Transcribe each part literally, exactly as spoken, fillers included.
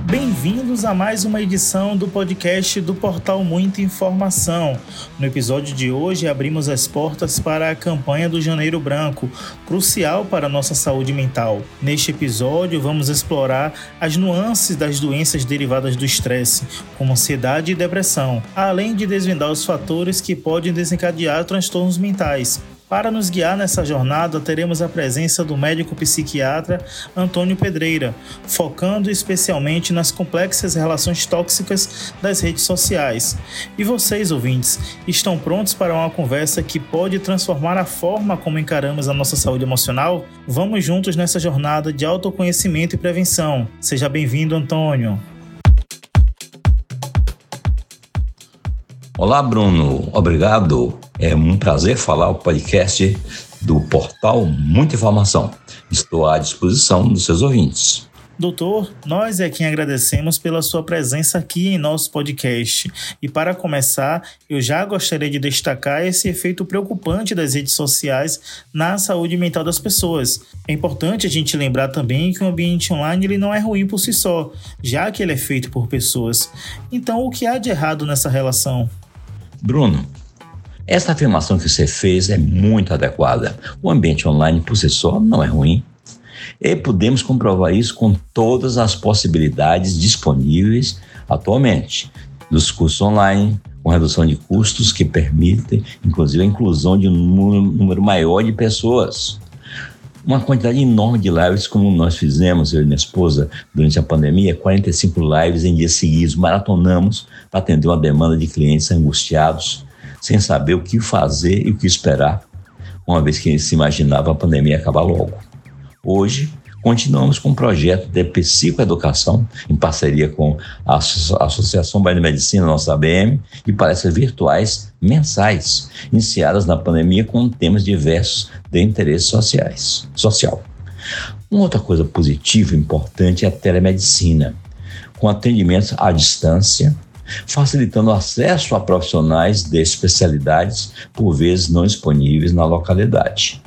Bem-vindos a mais uma edição do podcast do Portal Muita Informação. No episódio de hoje, abrimos as portas para a campanha do Janeiro Branco, crucial para a nossa saúde mental. Neste episódio, vamos explorar as nuances das doenças derivadas do estresse, como ansiedade e depressão, além de desvendar os fatores que podem desencadear transtornos mentais. Para nos guiar nessa jornada, teremos a presença do médico psiquiatra Antônio Pedreira, focando especialmente nas complexas relações tóxicas das redes sociais. E vocês, ouvintes, estão prontos para uma conversa que pode transformar a forma como encaramos a nossa saúde emocional? Vamos juntos nessa jornada de autoconhecimento e prevenção. Seja bem-vindo, Antônio. Olá, Bruno. Obrigado. É um prazer falar o podcast do Portal Muita Informação. Estou à disposição dos seus ouvintes. Doutor, nós é quem agradecemos pela sua presença aqui em nosso podcast. E para começar, eu já gostaria de destacar esse efeito preocupante das redes sociais na saúde mental das pessoas. É importante a gente lembrar também que o ambiente online ele não é ruim por si só, já que ele é feito por pessoas. Então, o que há de errado nessa relação? Bruno, essa afirmação que você fez é muito adequada. O ambiente online por si só não é ruim. E podemos comprovar isso com todas as possibilidades disponíveis atualmente. Dos cursos online, com redução de custos que permitem, inclusive, a inclusão de um número maior de pessoas. Uma quantidade enorme de lives, como nós fizemos, eu e minha esposa, durante a pandemia, quarenta e cinco lives em dias seguidos, maratonamos para atender uma demanda de clientes angustiados, sem saber o que fazer e o que esperar, uma vez que se imaginava a pandemia acabar logo. Hoje, continuamos com um projeto de psicoeducação, em parceria com a Associação Biomedicina, nossa A B M, e palestras virtuais mensais, iniciadas na pandemia com temas diversos de interesses sociais, social. Uma outra coisa positiva e importante é a telemedicina, com atendimentos à distância, facilitando o acesso a profissionais de especialidades, por vezes não disponíveis na localidade.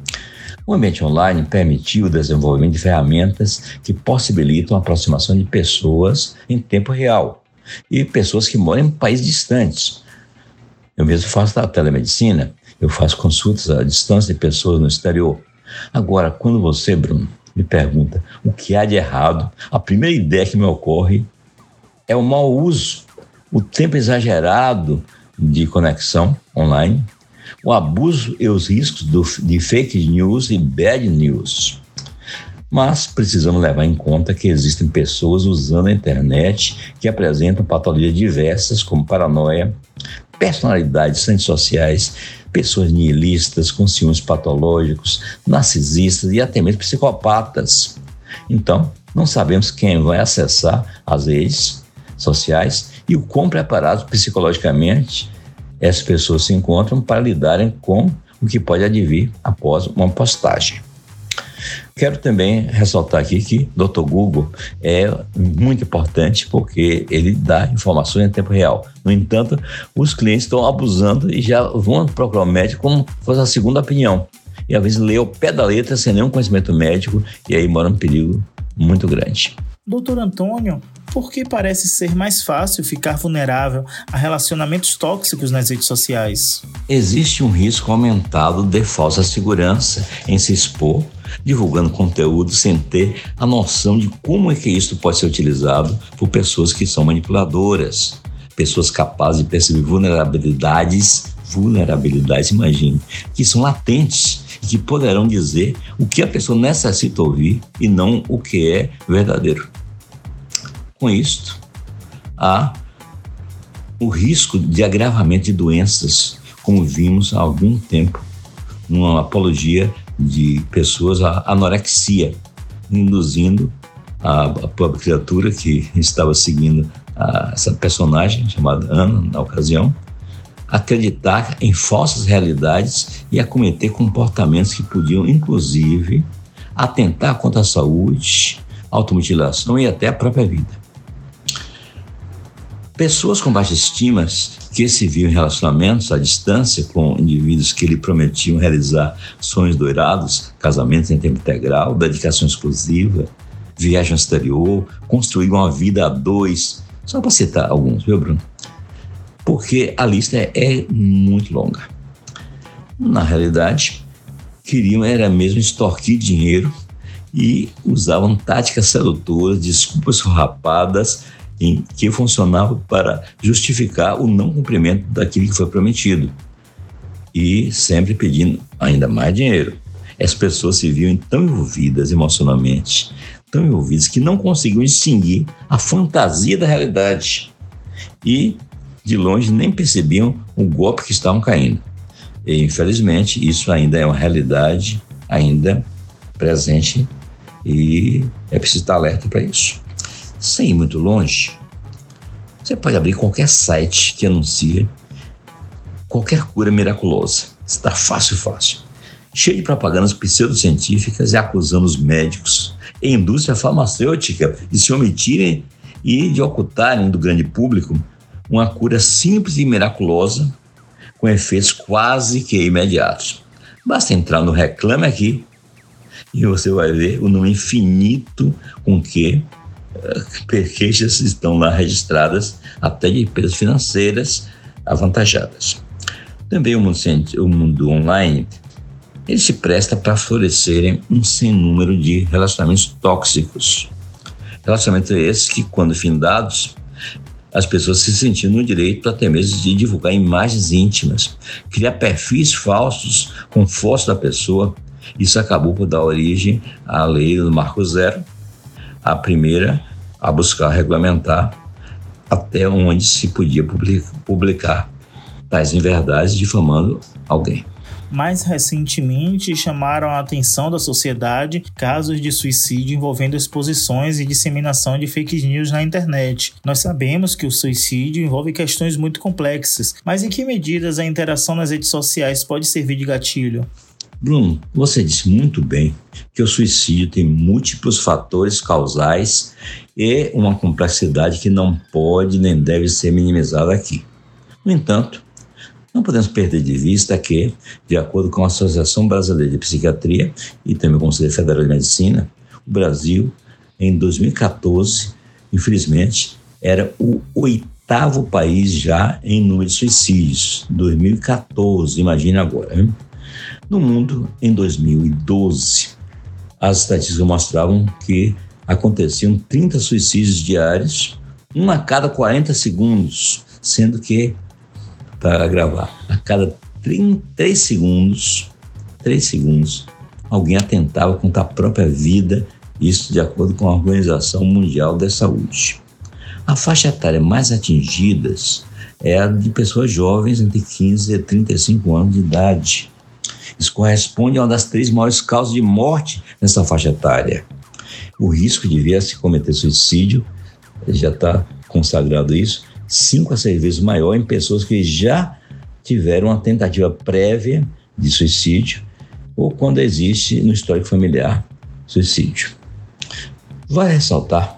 O ambiente online permitiu o desenvolvimento de ferramentas que possibilitam a aproximação de pessoas em tempo real e pessoas que moram em países distantes. Eu mesmo faço da telemedicina, eu faço consultas à distância de pessoas no exterior. Agora, quando você, Bruno, me pergunta o que há de errado, a primeira ideia que me ocorre é o mau uso, o tempo exagerado de conexão online, o abuso e os riscos do, de fake news e bad news. Mas precisamos levar em conta que existem pessoas usando a internet que apresentam patologias diversas, como paranoia, personalidades antissociais, pessoas nihilistas com ciúmes patológicos, narcisistas e até mesmo psicopatas. Então, não sabemos quem vai acessar as redes sociais e o quão preparados psicologicamente essas pessoas se encontram para lidarem com o que pode advir após uma postagem. Quero também ressaltar aqui que doutor Google é muito importante porque ele dá informações em tempo real. No entanto, os clientes estão abusando e já vão procurar o médico como se fosse a segunda opinião. E às vezes lê ao pé da letra sem nenhum conhecimento médico e aí mora um perigo muito grande. Doutor Antônio, por que parece ser mais fácil ficar vulnerável a relacionamentos tóxicos nas redes sociais? Existe um risco aumentado de falsa segurança em se expor, divulgando conteúdo sem ter a noção de como é que isso pode ser utilizado por pessoas que são manipuladoras, pessoas capazes de perceber vulnerabilidades, vulnerabilidades, imagine, que são latentes e que poderão dizer o que a pessoa necessita ouvir e não o que é verdadeiro. Com isto, há o risco de agravamento de doenças, como vimos há algum tempo, numa apologia de pessoas à anorexia, induzindo a, a pobre criatura que estava seguindo a, essa personagem chamada Ana, na ocasião, acreditar em falsas realidades e a cometer comportamentos que podiam, inclusive, atentar contra a saúde, automutilação e até a própria vida. Pessoas com baixa estima que se viam em relacionamentos à distância com indivíduos que lhe prometiam realizar sonhos dourados, casamentos em tempo integral, dedicação exclusiva, viagem ao exterior, construir uma vida a dois, só para citar alguns, viu, Bruno? Porque a lista é, é muito longa. Na realidade, queriam era mesmo extorquir dinheiro e usavam táticas sedutoras, desculpas farrapadas em que funcionavam para justificar o não cumprimento daquilo que foi prometido e sempre pedindo ainda mais dinheiro. As pessoas se viam tão envolvidas emocionalmente, tão envolvidas que não conseguiam distinguir a fantasia da realidade e de longe nem percebiam o golpe que estavam caindo. E, infelizmente, isso ainda é uma realidade ainda presente e é preciso estar alerta para isso. Sem ir muito longe, você pode abrir qualquer site que anuncia qualquer cura miraculosa. Está fácil, fácil. Cheio de propagandas pseudocientíficas e acusando os médicos e a indústria farmacêutica de se omitirem e de ocultarem do grande público uma cura simples e miraculosa com efeitos quase que imediatos. Basta entrar no Reclame Aqui e você vai ver o número infinito com que uh, queixas estão lá registradas, até de empresas financeiras avantajadas. Também o mundo, o mundo online, ele se presta para florescerem um sem número de relacionamentos tóxicos. Relacionamentos esses que, quando findados, as pessoas se sentiam no direito até mesmo de divulgar imagens íntimas, criar perfis falsos com fotos da pessoa. Isso acabou por dar origem à lei do Marco Zero, a primeira a buscar regulamentar até onde se podia publicar tais inverdades difamando alguém. Mais recentemente, chamaram a atenção da sociedade casos de suicídio envolvendo exposições e disseminação de fake news na internet. Nós sabemos que o suicídio envolve questões muito complexas, mas em que medidas a interação nas redes sociais pode servir de gatilho? Bruno, você disse muito bem que o suicídio tem múltiplos fatores causais e uma complexidade que não pode nem deve ser minimizada aqui. No entanto, não podemos perder de vista que, de acordo com a Associação Brasileira de Psiquiatria e também o Conselho Federal de Medicina, o Brasil, em dois mil e catorze, infelizmente, era o oitavo país já em número de suicídios. dois mil e catorze, imagine agora. Hein? No mundo, em dois mil e doze, as estatísticas mostravam que aconteciam trinta suicídios diários, um a cada quarenta segundos, sendo que, para gravar, a cada trinta, três segundos, três segundos, alguém atentava contra a própria vida, isso de acordo com a Organização Mundial da Saúde. A faixa etária mais atingidas é a de pessoas jovens entre quinze e trinta e cinco anos de idade. Isso corresponde a uma das três maiores causas de morte nessa faixa etária. O risco de vir a se cometer suicídio, já está consagrado isso, cinco a seis vezes maior em pessoas que já tiveram uma tentativa prévia de suicídio ou quando existe no histórico familiar suicídio. Vale ressaltar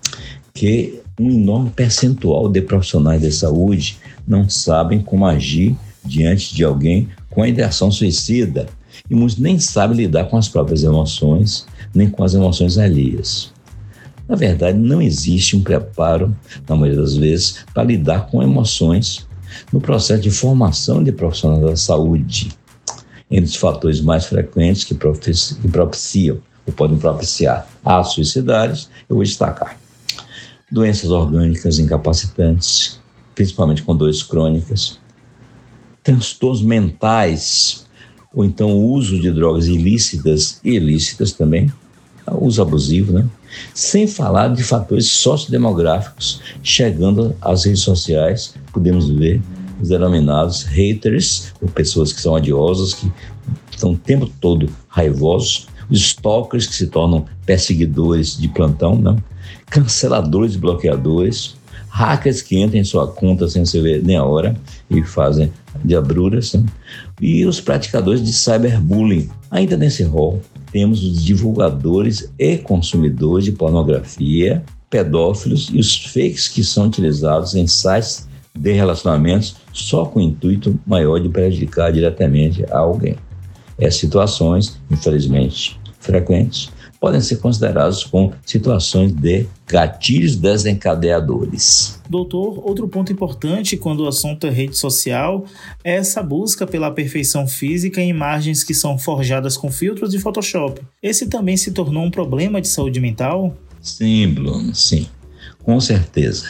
que um enorme percentual de profissionais de saúde não sabem como agir diante de alguém com a ideação suicida e muitos nem sabem lidar com as próprias emoções nem com as emoções alheias. Na verdade, não existe um preparo, na maioria das vezes, para lidar com emoções no processo de formação de profissionais da saúde. Entre os fatores mais frequentes que propiciam ou podem propiciar atos suicidários, eu vou destacar doenças orgânicas incapacitantes, principalmente com dores crônicas, transtornos mentais, ou então o uso de drogas ilícitas e ilícitas também, uso abusivo, né? Sem falar de fatores sociodemográficos, chegando às redes sociais, podemos ver os denominados haters, ou pessoas que são odiosas, que estão o tempo todo raivosos, os stalkers que se tornam perseguidores de plantão, né? Canceladores e bloqueadores, hackers que entram em sua conta sem saber nem a hora e fazem diabruras, né? E os praticadores de cyberbullying. Ainda nesse rol, temos os divulgadores e consumidores de pornografia, pedófilos e os fakes que são utilizados em sites de relacionamentos só com o intuito maior de prejudicar diretamente a alguém. Essas situações, infelizmente, frequentes, podem ser considerados como situações de gatilhos desencadeadores. Doutor, outro ponto importante quando o assunto é rede social é essa busca pela perfeição física em imagens que são forjadas com filtros de Photoshop. Esse também se tornou um problema de saúde mental? Sim, Bruno, sim, com certeza.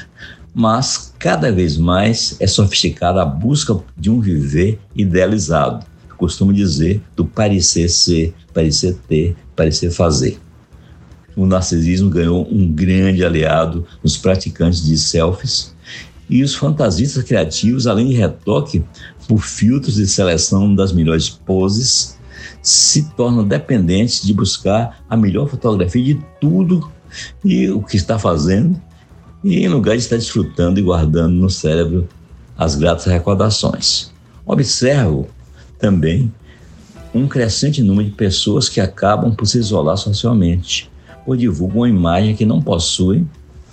Mas cada vez mais é sofisticada a busca de um viver idealizado. Costumo dizer do parecer ser, parecer ter, parecer fazer. O narcisismo ganhou um grande aliado nos praticantes de selfies e os fantasistas criativos, além de retoque por filtros de seleção das melhores poses, se tornam dependentes de buscar a melhor fotografia de tudo e o que está fazendo, e em lugar de estar desfrutando e guardando no cérebro as gratas recordações. Observo também um crescente número de pessoas que acabam por se isolar socialmente, ou divulgam uma imagem que não possuem,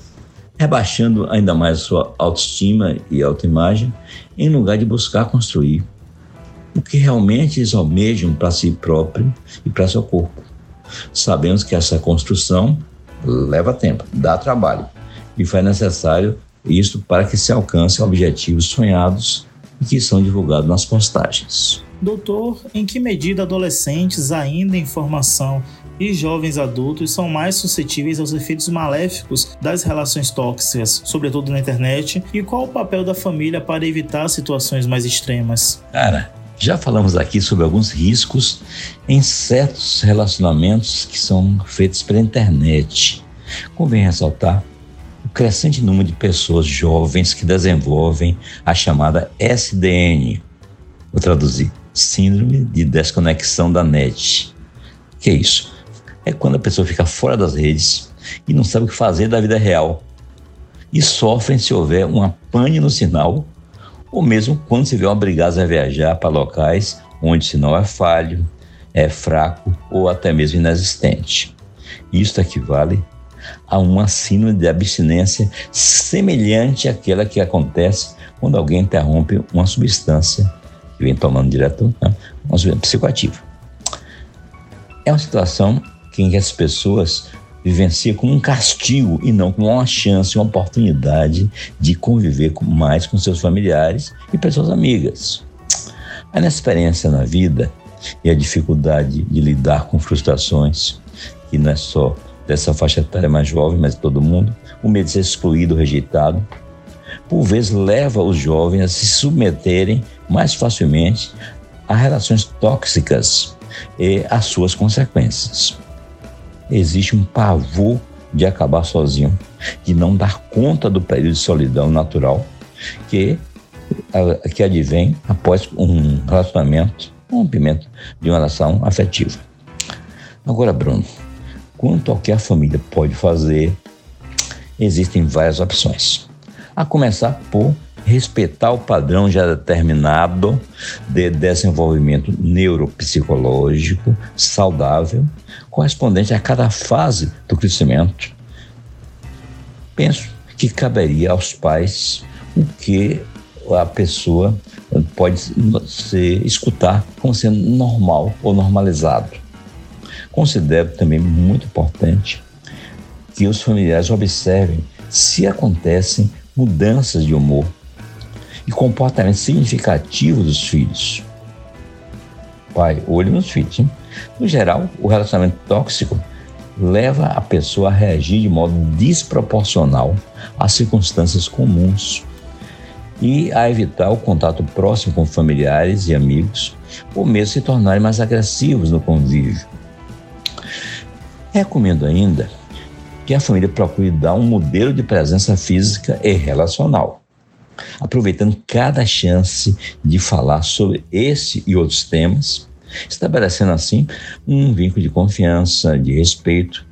rebaixando ainda mais sua autoestima e autoimagem, em lugar de buscar construir o que realmente eles almejam para si próprio e para seu corpo. Sabemos que essa construção leva tempo, dá trabalho, e faz necessário isto para que se alcancem objetivos sonhados e que são divulgados nas postagens. Doutor, em que medida adolescentes ainda em formação e jovens adultos são mais suscetíveis aos efeitos maléficos das relações tóxicas, sobretudo na internet, e qual o papel da família para evitar situações mais extremas? Cara, já falamos aqui sobre alguns riscos em certos relacionamentos que são feitos pela internet. Convém ressaltar o crescente número de pessoas jovens que desenvolvem a chamada S D N. Vou traduzir. Síndrome de desconexão da net. O que é isso? É quando a pessoa fica fora das redes e não sabe o que fazer da vida real. E sofrem se houver uma pane no sinal, ou mesmo quando se vê obrigados a viajar para locais onde o sinal é falho, é fraco ou até mesmo inexistente. Isso equivale a uma síndrome de abstinência semelhante àquela que acontece quando alguém interrompe uma substância que vem tomando direto, né, uma substância psicoativa. É uma situação em que as pessoas vivenciam como um castigo e não como uma chance, uma oportunidade de conviver mais com seus familiares e pessoas amigas. A inexperiência na vida e a dificuldade de lidar com frustrações, que não é só dessa faixa etária mais jovem, mas de todo mundo, o medo de ser excluído, rejeitado, por vezes leva os jovens a se submeterem mais facilmente a relações tóxicas e às suas consequências. Existe um pavor de acabar sozinho, de não dar conta do período de solidão natural que, que advém após um relacionamento, um rompimento de uma relação afetiva. Agora, Bruno, quanto ao que a família pode fazer, existem várias opções. A começar por respeitar o padrão já determinado de desenvolvimento neuropsicológico saudável, correspondente a cada fase do crescimento. Penso que caberia aos pais o que a pessoa pode ser, escutar como sendo normal ou normalizado. Considero também muito importante que os familiares observem se acontecem mudanças de humor e comportamento significativo dos filhos. Pai, olho nos filhos. Hein? No geral, o relacionamento tóxico leva a pessoa a reagir de modo desproporcional às circunstâncias comuns e a evitar o contato próximo com familiares e amigos, ou mesmo se tornarem mais agressivos no convívio. Recomendo ainda que a família procure dar um modelo de presença física e relacional, aproveitando cada chance de falar sobre esse e outros temas, estabelecendo assim um vínculo de confiança, de respeito.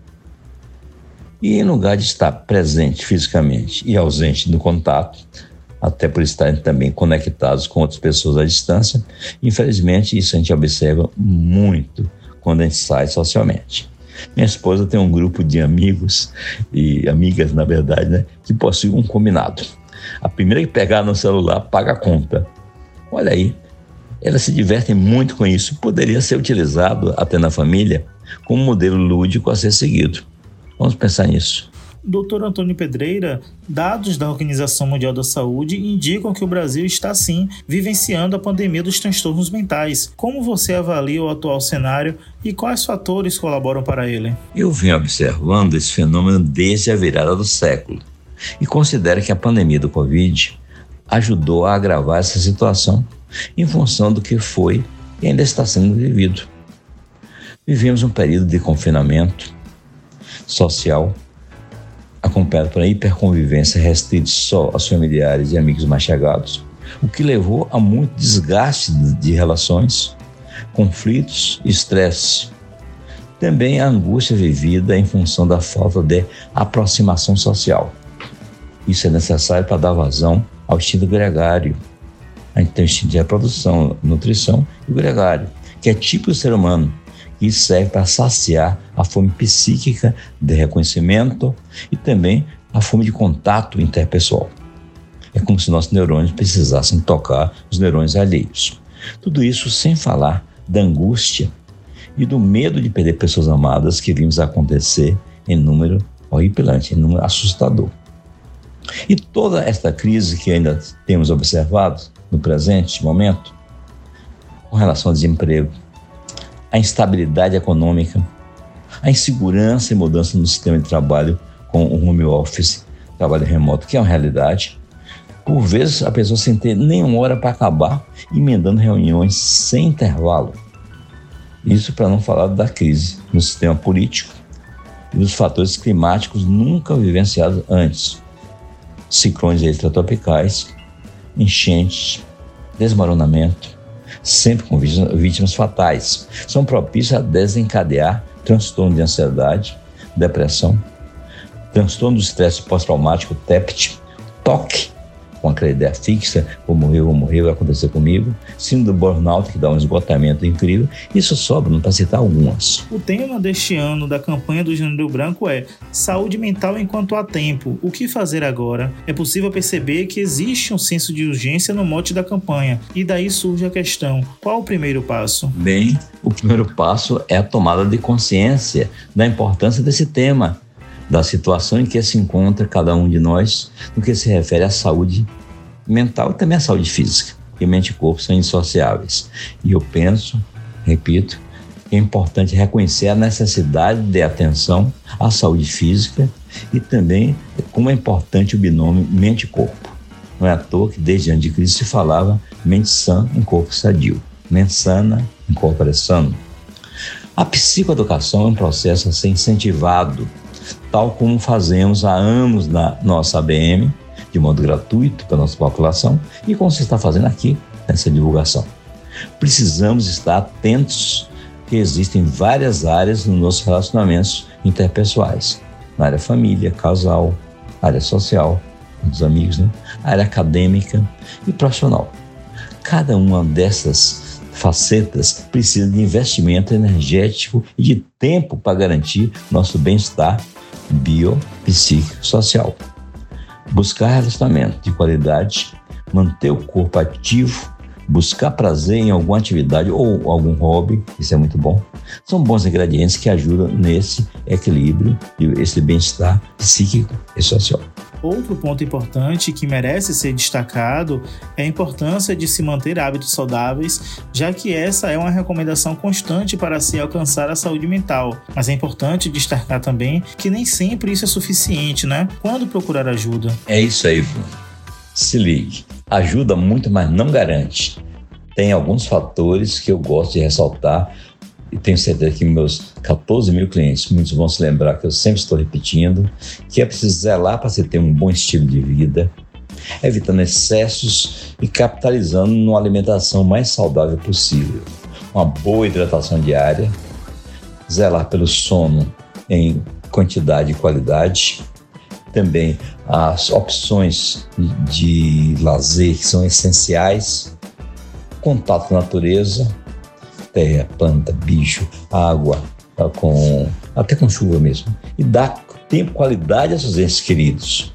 E em lugar de estar presente fisicamente e ausente no contato, até por estarem também conectados com outras pessoas à distância, infelizmente isso a gente observa muito quando a gente sai socialmente. Minha esposa tem um grupo de amigos e amigas, na verdade, né, que possuem um combinado. A primeira que pegar no celular paga a conta. Olha aí, elas se divertem muito com isso. Poderia ser utilizado até na família como modelo lúdico a ser seguido. Vamos pensar nisso. doutor Antônio Pedreira, dados da Organização Mundial da Saúde indicam que o Brasil está, sim, vivenciando a pandemia dos transtornos mentais. Como você avalia o atual cenário e quais fatores colaboram para ele? Eu venho observando esse fenômeno desde a virada do século e considero que a pandemia do Covid ajudou a agravar essa situação em função do que foi e ainda está sendo vivido. Vivemos um período de confinamento social, acompanhado por uma hiperconvivência restrita só aos familiares e amigos mais chegados, o que levou a muito desgaste de relações, conflitos e estresse. Também a angústia vivida em função da falta de aproximação social. Isso é necessário para dar vazão ao instinto gregário. A gente tem o instinto de reprodução, nutrição e o gregário, que é típico do ser humano, e serve para saciar a fome psíquica de reconhecimento e também a fome de contato interpessoal. É como se nossos neurônios precisassem tocar os neurônios alheios. Tudo isso sem falar da angústia e do medo de perder pessoas amadas que vimos acontecer em número horripilante, em número assustador. E toda esta crise que ainda temos observado no presente momento, com relação ao desemprego, a instabilidade econômica, a insegurança e mudança no sistema de trabalho com o home office, trabalho remoto, que é uma realidade. Por vezes, a pessoa sem ter nenhuma hora para acabar, emendando reuniões sem intervalo. Isso para não falar da crise no sistema político e dos fatores climáticos nunca vivenciados antes. Ciclones extratropicais, enchentes, desmoronamento, sempre com vítimas fatais, são propícios a desencadear transtorno de ansiedade, depressão, transtorno do estresse pós-traumático, T E P T, toque, com aquela ideia fixa, vou morrer, vou morrer, vai acontecer comigo, síndrome do burnout, que dá um esgotamento incrível. Isso sobra, para citar algumas. O tema deste ano da campanha do Janeiro Branco é Saúde Mental enquanto há tempo. O que fazer agora? É possível perceber que existe um senso de urgência no mote da campanha, e daí surge a questão: qual o primeiro passo? Bem, o primeiro passo é a tomada de consciência da importância desse tema, da situação em que se encontra cada um de nós no que se refere à saúde mental e também à saúde física, que mente e corpo são indissociáveis. E eu penso, repito, que é importante reconhecer a necessidade de atenção à saúde física e também como é importante o binômio mente e corpo. Não é à toa que desde antes de Cristo se falava mente sã em corpo sadio, mente sana em corpo é sano. A psicoeducação é um processo a ser incentivado, tal como fazemos há anos na nossa A B M, de modo gratuito para a nossa população, e como se está fazendo aqui nessa divulgação. Precisamos estar atentos que existem várias áreas nos nossos relacionamentos interpessoais, na área família, casal, área social, dos amigos, né? Área acadêmica e profissional. Cada uma dessas facetas precisa de investimento energético e de tempo para garantir nosso bem-estar bio, psíquico, social. Buscar relacionamento de qualidade, manter o corpo ativo, buscar prazer em alguma atividade ou algum hobby, isso é muito bom, são bons ingredientes que ajudam nesse equilíbrio e esse bem-estar psíquico e social. Outro ponto importante que merece ser destacado é a importância de se manter hábitos saudáveis, já que essa é uma recomendação constante para se alcançar a saúde mental. Mas é importante destacar também que nem sempre isso é suficiente, né? Quando procurar ajuda? É isso aí, Bruno. Se ligue. Ajuda muito, mas não garante. Tem alguns fatores que eu gosto de ressaltar e tenho certeza que meus catorze mil clientes, muitos vão se lembrar que eu sempre estou repetindo, que é preciso zelar para se ter um bom estilo de vida, evitando excessos e capitalizando numa alimentação mais saudável possível. Uma boa hidratação diária, zelar pelo sono em quantidade e qualidade, também as opções de lazer que são essenciais, contato com a natureza, terra, planta, bicho, água, com, até com chuva mesmo. E dar tempo, qualidade aos seus entes queridos.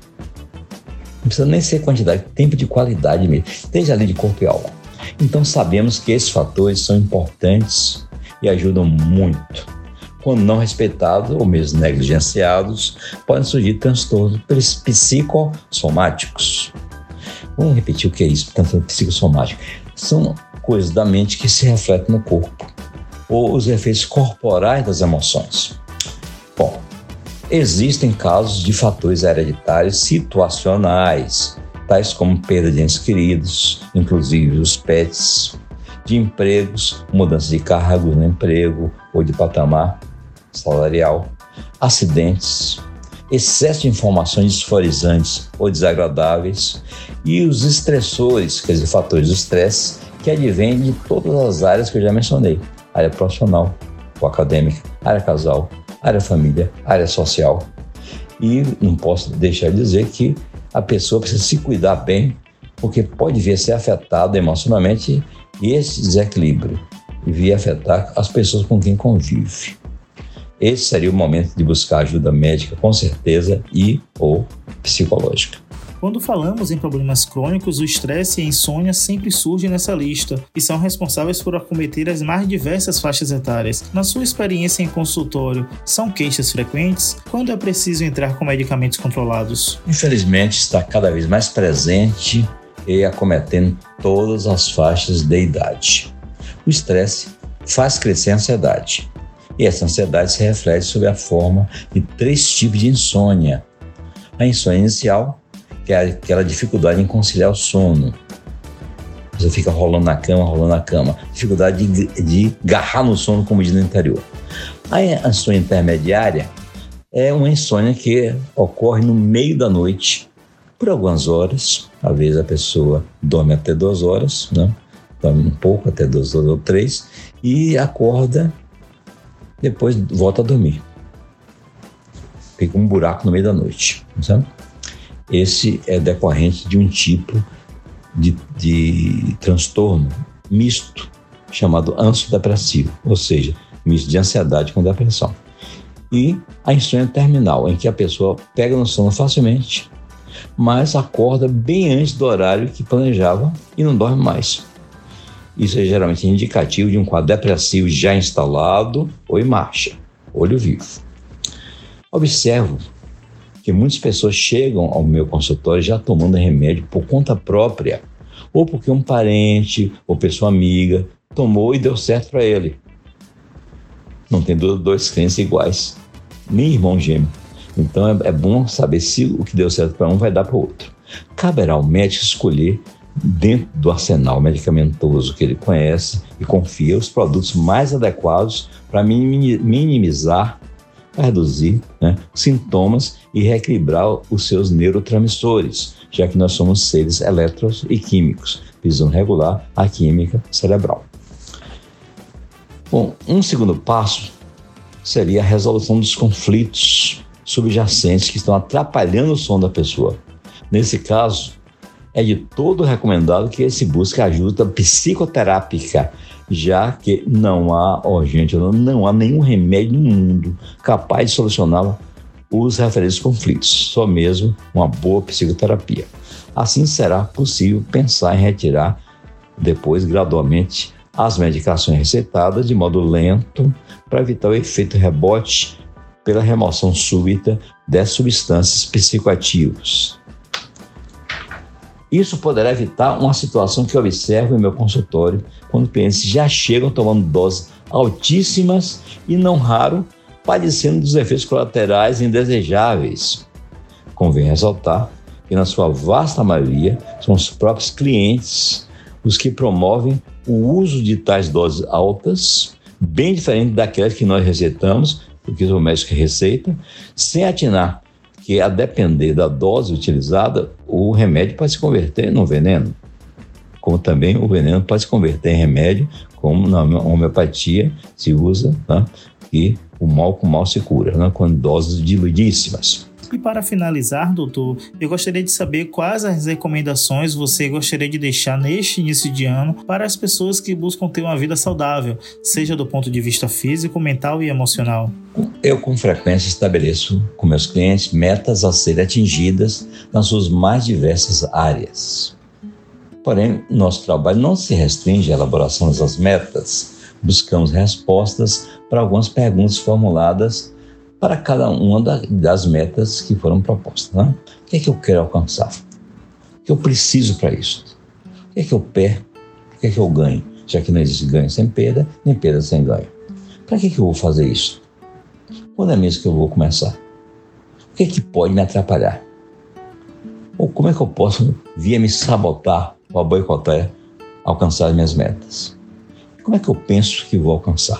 Não precisa nem ser quantidade, tempo de qualidade mesmo. Esteja ali de corpo e alma. Então sabemos que esses fatores são importantes e ajudam muito. quando não respeitados ou mesmo negligenciados, podem surgir transtornos psicossomáticos. Vamos repetir o que é isso, transtorno psicossomático. São coisas da mente que se refletem no corpo, ou os efeitos corporais das emoções. Bom, existem casos de fatores hereditários situacionais, tais como perda de entes queridos, inclusive os pets, de empregos, mudança de cargo no emprego ou de patamar salarial, acidentes, excesso de informações disforizantes ou desagradáveis e os estressores, quer dizer, fatores do estresse, que advêm de todas as áreas que eu já mencionei, área profissional ou acadêmica, área casal, área família, área social. E não posso deixar de dizer que a pessoa precisa se cuidar bem, porque pode vir a ser afetada emocionalmente e esse desequilíbrio vir a afetar as pessoas com quem convive. Esse seria o momento de buscar ajuda médica, com certeza, e ou psicológica. Quando falamos em problemas crônicos, o estresse e a insônia sempre surgem nessa lista e são responsáveis por acometer as mais diversas faixas etárias. Na sua experiência em consultório, são queixas frequentes? Quando é preciso entrar com medicamentos controlados? Infelizmente, está cada vez mais presente e acometendo todas as faixas de idade. O estresse faz crescer a ansiedade. E essa ansiedade se reflete sob a forma de três tipos de insônia. A insônia inicial, que é aquela dificuldade em conciliar o sono. Você fica rolando na cama, rolando na cama. Dificuldade de, de agarrar no sono, como diz no interior. A insônia intermediária é uma insônia que ocorre no meio da noite, por algumas horas. Às vezes a pessoa dorme até duas horas, né? Dorme um pouco, até duas horas ou três, e acorda, depois volta a dormir. Fica um buraco no meio da noite, sabe? Esse é decorrente de um tipo de, de transtorno misto, chamado ansiodepressivo, ou seja, misto de ansiedade com depressão. E a insônia terminal, em que a pessoa pega no sono facilmente, mas acorda bem antes do horário que planejava e não dorme mais. Isso é geralmente indicativo de um quadro depressivo já instalado ou em marcha, olho vivo. Observo que muitas pessoas chegam ao meu consultório já tomando remédio por conta própria, ou porque um parente ou pessoa amiga tomou e deu certo para ele. Não tem dois clientes iguais, nem irmão gêmeo. Então é, é bom saber se o que deu certo para um vai dar para o outro. Caberá ao médico escolher, dentro do arsenal medicamentoso que ele conhece e confia, os produtos mais adequados para minimizar, para reduzir, né, sintomas e reequilibrar os seus neurotransmissores, já que nós somos seres elétricos e químicos, precisam regular a química cerebral. Bom, um segundo passo seria a resolução dos conflitos subjacentes que estão atrapalhando o sono da pessoa. Nesse caso, é de todo recomendado que se busque ajuda psicoterápica, já que não há, ó, gente, não há nenhum remédio no mundo capaz de solucionar os referentes conflitos, só mesmo uma boa psicoterapia. Assim será possível pensar em retirar depois, gradualmente, as medicações receitadas de modo lento para evitar o efeito rebote pela remoção súbita das substâncias psicoativas. Isso poderá evitar uma situação que eu observo em meu consultório quando clientes já chegam tomando doses altíssimas e, não raro, padecendo dos efeitos colaterais indesejáveis. Convém ressaltar que, na sua vasta maioria, são os próprios clientes os que promovem o uso de tais doses altas, bem diferente daquelas que nós receitamos, porque o médico receita, sem atinar que, a depender da dose utilizada, o remédio pode se converter num veneno, como também o veneno pode se converter em remédio, como na homeopatia se usa, né, e o mal com mal se cura, né, com doses diluidíssimas. E para finalizar, doutor, eu gostaria de saber quais as recomendações você gostaria de deixar neste início de ano para as pessoas que buscam ter uma vida saudável, seja do ponto de vista físico, mental e emocional. Eu, com frequência, estabeleço com meus clientes metas a serem atingidas nas suas mais diversas áreas. Porém, nosso trabalho não se restringe à elaboração dessas metas. Buscamos respostas para algumas perguntas formuladas para cada uma das metas que foram propostas. Né? O que é que eu quero alcançar? O que eu preciso para isso? O que é que eu perco? O que é que eu ganho? Já que não existe ganho sem perda, nem perda sem ganho. Para que, que eu vou fazer isso? Quando é mesmo que eu vou começar? O que é que pode me atrapalhar? Ou como é que eu posso vir me sabotar ou boicotar alcançar as minhas metas? Como é que eu penso que vou alcançar?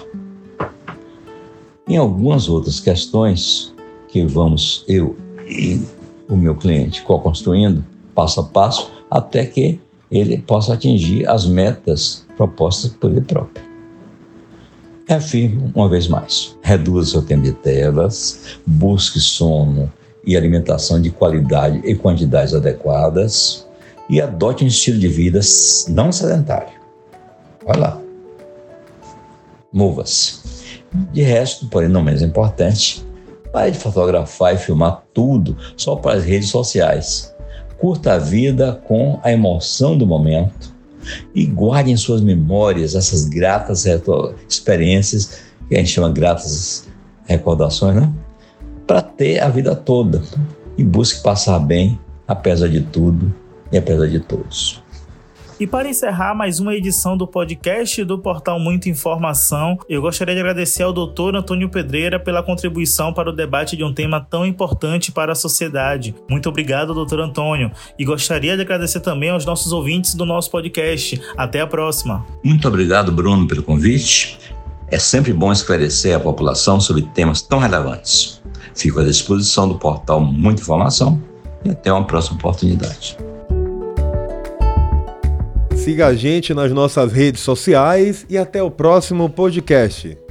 Em algumas outras questões que vamos, eu e o meu cliente, co-construindo, passo a passo, até que ele possa atingir as metas propostas por ele próprio. Reafirmo uma vez mais, reduza seu tempo de telas, busque sono e alimentação de qualidade e quantidades adequadas e adote um estilo de vida não sedentário. Vai lá. Mova-se. De resto, porém não menos importante, pare de fotografar e filmar tudo só para as redes sociais. Curta a vida com a emoção do momento e guarde em suas memórias essas gratas experiências, que a gente chama gratas recordações, né? Para ter a vida toda e busque passar bem, apesar de tudo e apesar de todos. E para encerrar mais uma edição do podcast do Portal Muita Informação, eu gostaria de agradecer ao doutor Antônio Pedreira pela contribuição para o debate de um tema tão importante para a sociedade. Muito obrigado, doutor Antônio. E gostaria de agradecer também aos nossos ouvintes do nosso podcast. Até a próxima. Muito obrigado, Bruno, pelo convite. É sempre bom esclarecer a população sobre temas tão relevantes. Fico à disposição do portal Muita Informação e até uma próxima oportunidade. Siga a gente nas nossas redes sociais e até o próximo podcast.